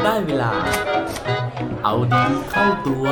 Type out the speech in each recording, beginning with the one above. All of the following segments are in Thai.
ได้เวลาเอาดีเข้าตัว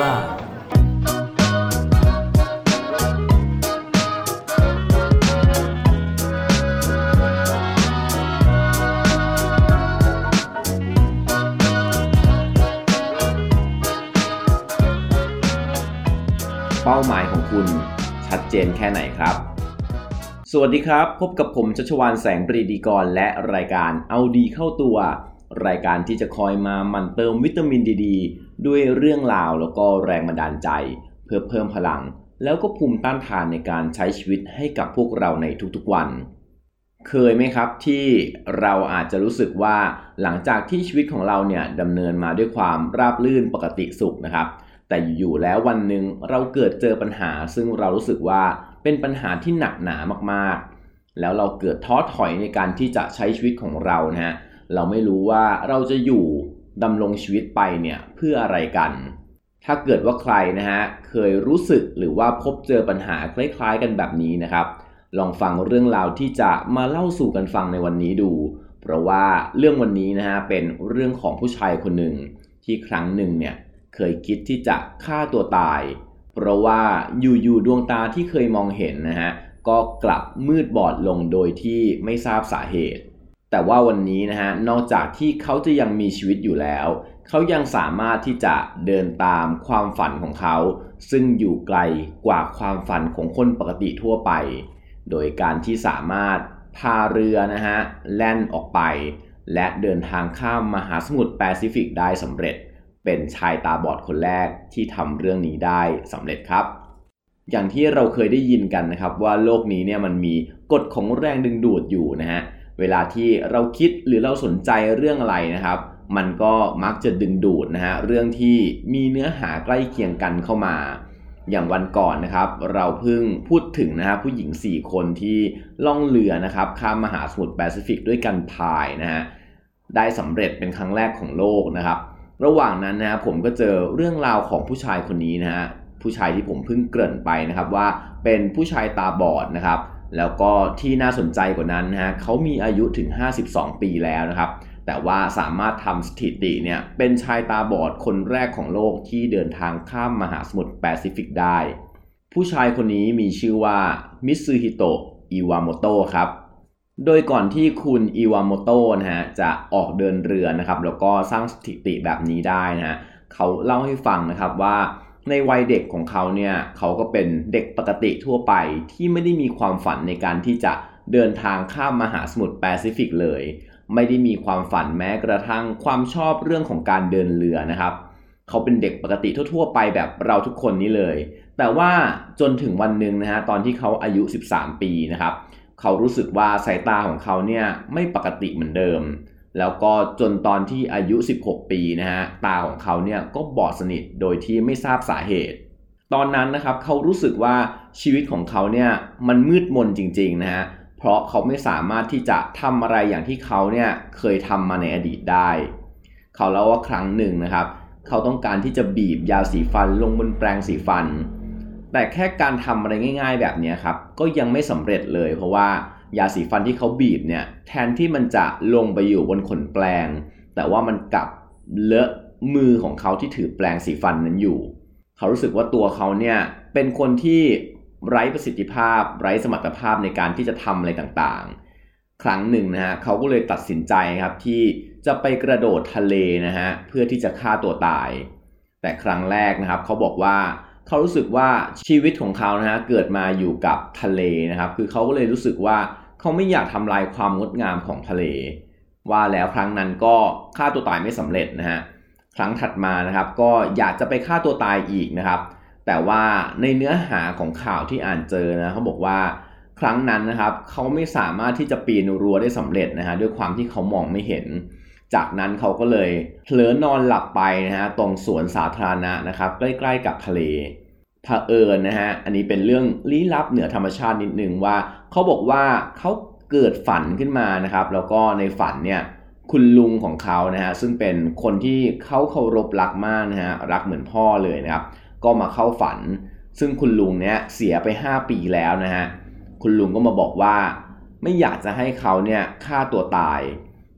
เป้าหมายของคุณชัดเจนแค่ไหนครับสวัสดีครับพบกับผมชัชวาลแสงปรีดีกรและรายการเอาดีเข้าตัวรายการที่จะคอยมาหมั่นเติมวิตามินดีด้วยเรื่องราวแล้วก็แรงบันดาลใจเพื่อเพิ่มพลังแล้วก็ภูมิต้านทานในการใช้ชีวิตให้กับพวกเราในทุกๆวันเคยไหมครับที่เราอาจจะรู้สึกว่าหลังจากที่ชีวิตของเราเนี่ยดำเนินมาด้วยความราบรื่นปกติสุขนะครับแต่อยู่ๆแล้ววันหนึ่งเราเกิดเจอปัญหาซึ่งเรารู้สึกว่าเป็นปัญหาที่หนักหนามากๆแล้วเราเกิดท้อถอยในการที่จะใช้ชีวิตของเรานะฮะเราไม่รู้ว่าเราจะอยู่ดำรงชีวิตไปเนี่ยเพื่ออะไรกันถ้าเกิดว่าใครนะฮะเคยรู้สึกหรือว่าพบเจอปัญหาคล้ายๆกันแบบนี้นะครับลองฟังเรื่องราวที่จะมาเล่าสู่กันฟังในวันนี้ดูเพราะว่าเรื่องวันนี้นะฮะเป็นเรื่องของผู้ชายคนหนึ่งที่ครั้งหนึ่งเนี่ยเคยคิดที่จะฆ่าตัวตายเพราะว่าอยู่ๆดวงตาที่เคยมองเห็นนะฮะก็กลับมืดบอดลงโดยที่ไม่ทราบสาเหตุแต่ว่าวันนี้นะฮะนอกจากที่เขาจะยังมีชีวิตอยู่แล้วเขายังสามารถที่จะเดินตามความฝันของเขาซึ่งอยู่ไกลกว่าความฝันของคนปกติทั่วไปโดยการที่สามารถพาเรือนะฮะแล่นออกไปและเดินทางข้ามมหาสมุทรแปซิฟิกได้สำเร็จเป็นชายตาบอดคนแรกที่ทำเรื่องนี้ได้สำเร็จครับอย่างที่เราเคยได้ยินกันนะครับว่าโลกนี้เนี่ยมันมีกฎของแรงดึงดูดอยู่นะฮะเวลาที่เราคิดหรือเราสนใจเรื่องอะไรนะครับมันก็มักจะดึงดูดนะฮะเรื่องที่มีเนื้อหาใกล้เคียงกันเข้ามาอย่างวันก่อนนะครับเราเพิ่งพูดถึงนะฮะผู้หญิง4คนที่ล่องเรือนะครับข้ามมหาสมุทรแปซิฟิกด้วยกันพายนะฮะได้สำเร็จเป็นครั้งแรกของโลกนะครับระหว่างนั้นนะฮะผมก็เจอเรื่องราวของผู้ชายคนนี้นะฮะผู้ชายที่ผมเพิ่งเกริ่นไปนะครับว่าเป็นผู้ชายตาบอดนะครับแล้วก็ที่น่าสนใจกว่านั้นนะฮะเขามีอายุถึง52ปีแล้วนะครับแต่ว่าสามารถทำสถิติเนี่ยเป็นชายตาบอดคนแรกของโลกที่เดินทางข้ามมหาสมุทรแปซิฟิกได้ผู้ชายคนนี้มีชื่อว่ามิตสึฮิโตะอิวาโมโตะครับโดยก่อนที่คุณอิวาโมโตะนะฮะจะออกเดินเรือนะครับแล้วก็สร้างสถิติแบบนี้ได้นะฮะเขาเล่าให้ฟังนะครับว่าในวัยเด็กของเขาเนี่ยเขาก็เป็นเด็กปกติทั่วไปที่ไม่ได้มีความฝันในการที่จะเดินทางข้ามมหาสมุทรแปซิฟิกเลยไม่ได้มีความฝันแม้กระทั่งความชอบเรื่องของการเดินเรือนะครับเขาเป็นเด็กปกติทั่วๆไปแบบเราทุกคนนี้เลยแต่ว่าจนถึงวันหนึ่งนะฮะตอนที่เขาอายุ13ปีนะครับเขารู้สึกว่าสายตาของเขาเนี่ยไม่ปกติเหมือนเดิมแล้วก็จนตอนที่อายุ16ปีนะฮะตาของเขาเนี่ยก็บอดสนิทโดยที่ไม่ทราบสาเหตุตอนนั้นนะครับเขารู้สึกว่าชีวิตของเขาเนี่ยมันมืดมนจริงๆนะฮะเพราะเขาไม่สามารถที่จะทำอะไรอย่างที่เขาเนี่ยเคยทำมาในอดีตได้เขาเล่าว่าครั้งหนึ่งนะครับเขาต้องการที่จะบีบยาสีฟันลงบนแปรงสีฟันแต่แค่การทำอะไรง่ายๆแบบนี้ครับก็ยังไม่สำเร็จเลยเพราะว่ายาสีฟันที่เขาบีบเนี่ยแทนที่มันจะลงไปอยู่บนขนแปรงแต่ว่ามันกลับเลอะมือของเขาที่ถือแปรงสีฟันนั้นอยู่เขารู้สึกว่าตัวเขาเนี่ยเป็นคนที่ไร้ประสิทธิภาพไร้สมรรถภาพในการที่จะทำอะไรต่างๆครั้งหนึ่งนะฮะเขาก็เลยตัดสินใจครับที่จะไปกระโดดทะเลนะฮะเพื่อที่จะฆ่าตัวตายแต่ครั้งแรกนะครับเขาบอกว่าเขารู้สึกว่าชีวิตของเขานะฮะเกิดมาอยู่กับทะเลนะครับคือเขาก็เลยรู้สึกว่าเขาไม่อยากทำลายความงดงามของทะเลว่าแล้วครั้งนั้นก็ฆ่าตัวตายไม่สำเร็จนะฮะครั้งถัดมานะครับก็อยากจะไปฆ่าตัวตายอีกนะครับแต่ว่าในเนื้อหาของข่าวที่อ่านเจอนะเขาบอกว่าครั้งนั้นนะครับเขาไม่สามารถที่จะปีนรั้วได้สำเร็จนะฮะด้วยความที่เขามองไม่เห็นจากนั้นเขาก็เลยเผลอนอนหลับไปนะฮะตรงสวนสาธารณะนะครับใกล้ๆกับทะเลเผอิญนะฮะอันนี้เป็นเรื่องลี้ลับเหนือธรรมชาตินิดนึงว่าเขาบอกว่าเขาเกิดฝันขึ้นมานะครับแล้วก็ในฝันเนี่ยคุณลุงของเขานะฮะซึ่งเป็นคนที่เขาเคารพรักมากนะฮะรักเหมือนพ่อเลยนะครับก็มาเข้าฝันซึ่งคุณลุงเนี่ยเสียไป5 ปีแล้วนะฮะคุณลุงก็มาบอกว่าไม่อยากจะให้เขาเนี่ยฆ่าตัวตาย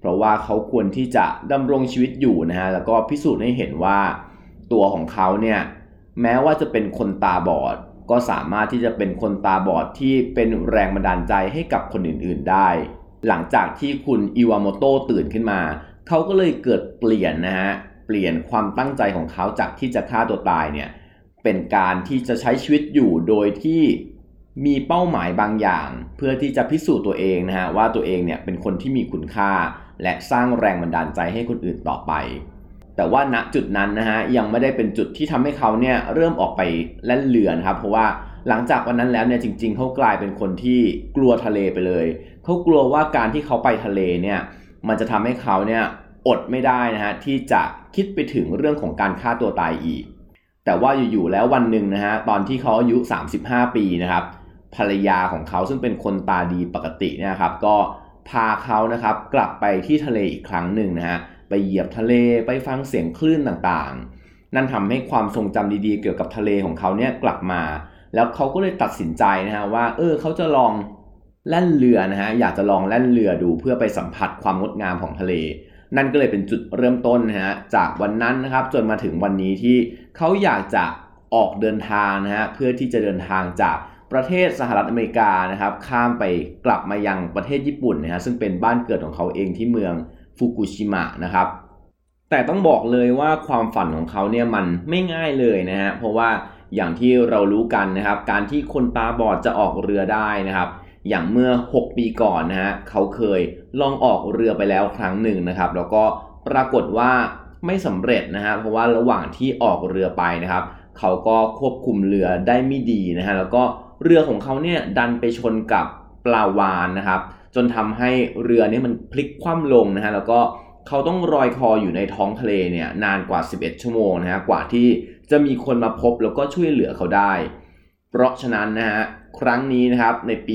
เพราะว่าเขาควรที่จะดำรงชีวิตอยู่นะฮะแล้วก็พิสูจน์ให้เห็นว่าตัวของเขาเนี่ยแม้ว่าจะเป็นคนตาบอดก็สามารถที่จะเป็นคนตาบอดที่เป็นแรงบันดาลใจให้กับคนอื่นๆได้หลังจากที่คุณอิวาโมโตะตื่นขึ้นมาเขาก็เลยเกิดเปลี่ยนนะฮะเปลี่ยนความตั้งใจของเขาจากที่จะฆ่าตัวตายเนี่ยเป็นการที่จะใช้ชีวิตอยู่โดยที่มีเป้าหมายบางอย่างเพื่อที่จะพิสูจน์ตัวเองนะฮะว่าตัวเองเนี่ยเป็นคนที่มีคุณค่าและสร้างแรงบันดาลใจให้คนอื่นต่อไปแต่ว่าณจุดนั้นนะฮะยังไม่ได้เป็นจุดที่ทำให้เขาเนี่ยเริ่มออกไปแล่นเรือนะครับเพราะว่าหลังจากวันนั้นแล้วเนี่ยจริงๆเขากลายเป็นคนที่กลัวทะเลไปเลยเขากลัวว่าการที่เขาไปทะเลเนี่ยมันจะทำให้เขาเนี่ยอดไม่ได้นะฮะที่จะคิดไปถึงเรื่องของการฆ่าตัวตายอีกแต่ว่าอยู่ๆแล้ววันหนึ่งนะฮะตอนที่เขาอายุ35ปีนะครับภรรยาของเขาซึ่งเป็นคนตาดีปกติเนี่ยครับก็พาเขานะครับกลับไปที่ทะเลอีกครั้งหนึ่งนะฮะไปเหยียบทะเลไปฟังเสียงคลื่นต่างๆนั่นทำให้ความทรงจำดีๆเกี่ยวกับทะเลของเขาเนี่ยกลับมาแล้วเขาก็เลยตัดสินใจนะฮะว่าเขาจะลองแล่นเรือนะฮะอยากจะลองแล่นเรือดูเพื่อไปสัมผัสความงดงามของทะเลนั่นก็เลยเป็นจุดเริ่มต้นนะฮะจากวันนั้นนะครับจนมาถึงวันนี้ที่เขาอยากจะออกเดินทางนะฮะเพื่อที่จะเดินทางจากประเทศสหรัฐอเมริกานะครับข้ามไปกลับมายังประเทศญี่ปุ่นนะฮะซึ่งเป็นบ้านเกิดของเขาเองที่เมืองฟุกุชิมะนะครับแต่ต้องบอกเลยว่าความฝันของเขาเนี่ยมันไม่ง่ายเลยนะฮะเพราะว่าอย่างที่เรารู้กันนะครับการที่คนตาบอดจะออกเรือได้นะครับอย่างเมื่อ6ปีก่อนนะฮะเขาเคยลองออกเรือไปแล้วครั้งหนึ่งนะครับแล้วก็ปรากฏว่าไม่สำเร็จนะฮะเพราะว่าระหว่างที่ออกเรือไปนะครับเขาก็ควบคุมเรือได้ไม่ดีนะฮะแล้วก็เรือของเขาเนี่ยดันไปชนกับปลาวาฬนะครับจนทำให้เรือเนี่ยมันพลิกคว่ำลงนะฮะแล้วก็เขาต้องลอยคออยู่ในท้องทะเลเนี่ยนานกว่า11ชั่วโมงนะฮะกว่าที่จะมีคนมาพบแล้วก็ช่วยเหลือเขาได้เพราะฉะนั้นนะฮะครั้งนี้นะครับในปี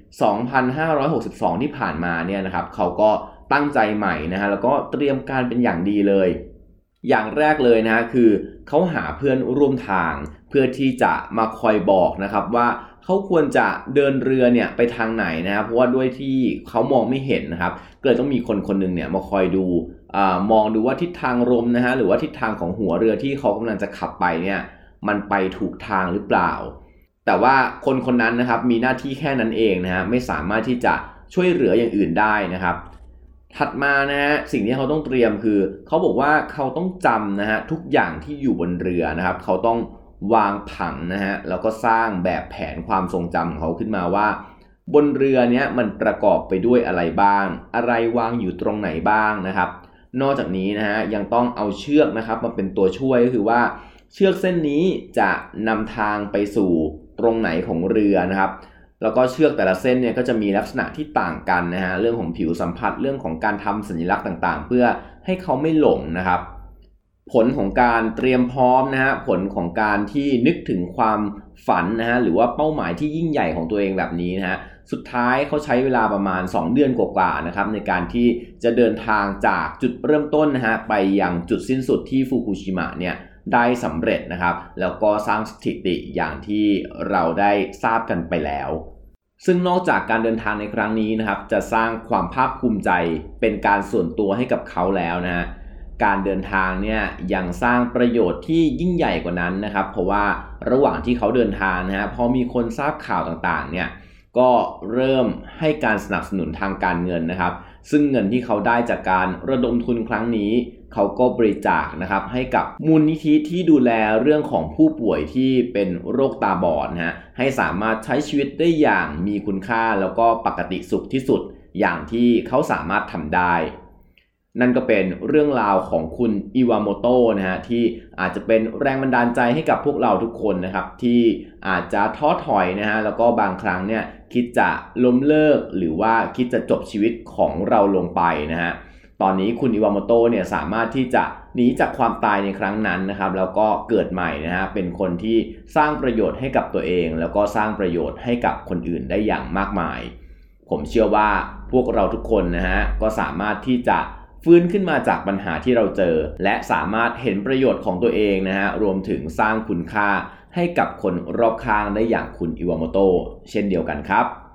2562 ที่ผ่านมาเนี่ยนะครับเขาก็ตั้งใจใหม่นะฮะแล้วก็เตรียมการเป็นอย่างดีเลยอย่างแรกเลยนะฮะคือเขาหาเพื่อนร่วมทางเพื่อที่จะมาคอยบอกนะครับว่าเขาควรจะเดินเรือเนี่ยไปทางไหนนะครับเพราะว่าด้วยที่เขามองไม่เห็นนะครับก็เลยต้องมีคนคนหนึ่งเนี่ยมาคอยดูมองดูว่าทิศทางลมนะฮะหรือว่าทิศทางของหัวเรือที่เขากำลังจะขับไปเนี่ยมันไปถูกทางหรือเปล่าแต่ว่าคนคนนั้นนะครับมีหน้าที่แค่นั้นเองนะฮะไม่สามารถที่จะช่วยเหลืออย่างอื่นได้นะครับถัดมานะฮะสิ่งที่เขาต้องเตรียมคือเขาบอกว่าเขาต้องจำนะฮะทุกอย่างที่อยู่บนเรือนะครับเขาต้องวางผังนะฮะแล้วก็สร้างแบบแผนความทรงจำของเขาขึ้นมาว่าบนเรือเนี้ยมันประกอบไปด้วยอะไรบ้างอะไรวางอยู่ตรงไหนบ้างนะครับนอกจากนี้นะฮะยังต้องเอาเชือกนะครับมาเป็นตัวช่วยก็คือว่าเชือกเส้นนี้จะนำทางไปสู่ตรงไหนของเรือนะครับแล้วก็เชือกแต่ละเส้นเนี่ยก็จะมีลักษณะที่ต่างกันนะฮะเรื่องของผิวสัมผัสเรื่องของการทำสัญลักษณ์ต่างๆเพื่อให้เขาไม่หลงนะครับผลของการเตรียมพร้อมนะฮะผลของการที่นึกถึงความฝันนะฮะหรือว่าเป้าหมายที่ยิ่งใหญ่ของตัวเองแบบนี้นะฮะสุดท้ายเขาใช้เวลาประมาณ2เดือนกว่าๆนะครับในการที่จะเดินทางจากจุดเริ่มต้นนะฮะไปยังจุดสิ้นสุดที่ฟุกุชิมะเนี่ยได้สำเร็จนะครับแล้วก็สร้างสถิติอย่างที่เราได้ทราบกันไปแล้วซึ่งนอกจากการเดินทางในครั้งนี้นะครับจะสร้างความภาคภูมิใจเป็นการส่วนตัวให้กับเขาแล้วนะฮะการเดินทางเนี่ยยังสร้างประโยชน์ที่ยิ่งใหญ่กว่านั้นนะครับเพราะว่าระหว่างที่เขาเดินทางนะฮะพอมีคนทราบข่าวต่างๆเนี่ยก็เริ่มให้การสนับสนุนทางการเงินนะครับซึ่งเงินที่เขาได้จากการระดมทุนครั้งนี้เขาก็บริจาคนะครับให้กับมูลนิธิที่ดูแลเรื่องของผู้ป่วยที่เป็นโรคตาบอดนะฮะให้สามารถใช้ชีวิตได้อย่างมีคุณค่าแล้วก็ปกติสุขที่สุดอย่างที่เขาสามารถทำได้นั่นก็เป็นเรื่องราวของคุณอิวาโมโตะนะฮะที่อาจจะเป็นแรงบันดาลใจให้กับพวกเราทุกคนนะครับที่อาจจะท้อถอยนะฮะแล้วก็บางครั้งเนี่ยคิดจะล้มเลิกหรือว่าคิดจะจบชีวิตของเราลงไปนะฮะตอนนี้คุณอิวาโมโตะเนี่ยสามารถที่จะหนีจากความตายในครั้งนั้นนะครับแล้วก็เกิดใหม่นะฮะเป็นคนที่สร้างประโยชน์ให้กับตัวเองแล้วก็สร้างประโยชน์ให้กับคนอื่นได้อย่างมากมายผมเชื่อว่าพวกเราทุกคนนะฮะก็สามารถที่จะฟื้นขึ้นมาจากปัญหาที่เราเจอและสามารถเห็นประโยชน์ของตัวเองนะฮะรวมถึงสร้างคุณค่าให้กับคนรอบข้างได้อย่างคุณอิวาโมโตะเช่นเดียวกันครับ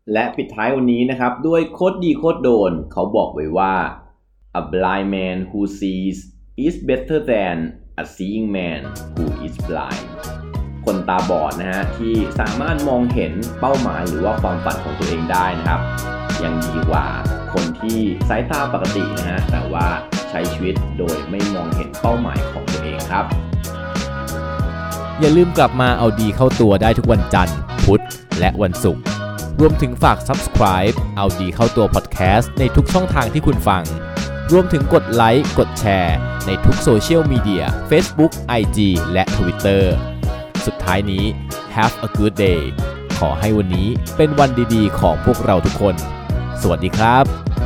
และปิดท้ายวันนี้นะครับด้วยโคตรดีโคตรโดนเขาบอกไว้ว่า A blind man who sees is better than a seeing man who is blind คนตาบอดนะฮะที่สามารถมองเห็นเป้าหมายหรือว่าความฝันของตัวเองได้นะครับยังดีกว่าคนที่สายตาปกตินะฮะแต่ว่าใช้ชีวิตโดยไม่มองเห็นเป้าหมายของตัวเองครับอย่าลืมกลับมาเอาดีเข้าตัวได้ทุกวันจันทร์พุธและวันศุกร์รวมถึงฝาก Subscribe เอาดีเข้าตัว Podcast ในทุกช่องทางที่คุณฟังรวมถึงกดไลค์กดแชร์ในทุกโซเชียลมีเดีย Facebook IG และ Twitter สุดท้ายนี้ Have a good day ขอให้วันนี้เป็นวันดีๆของพวกเราทุกคนสวัสดีครับ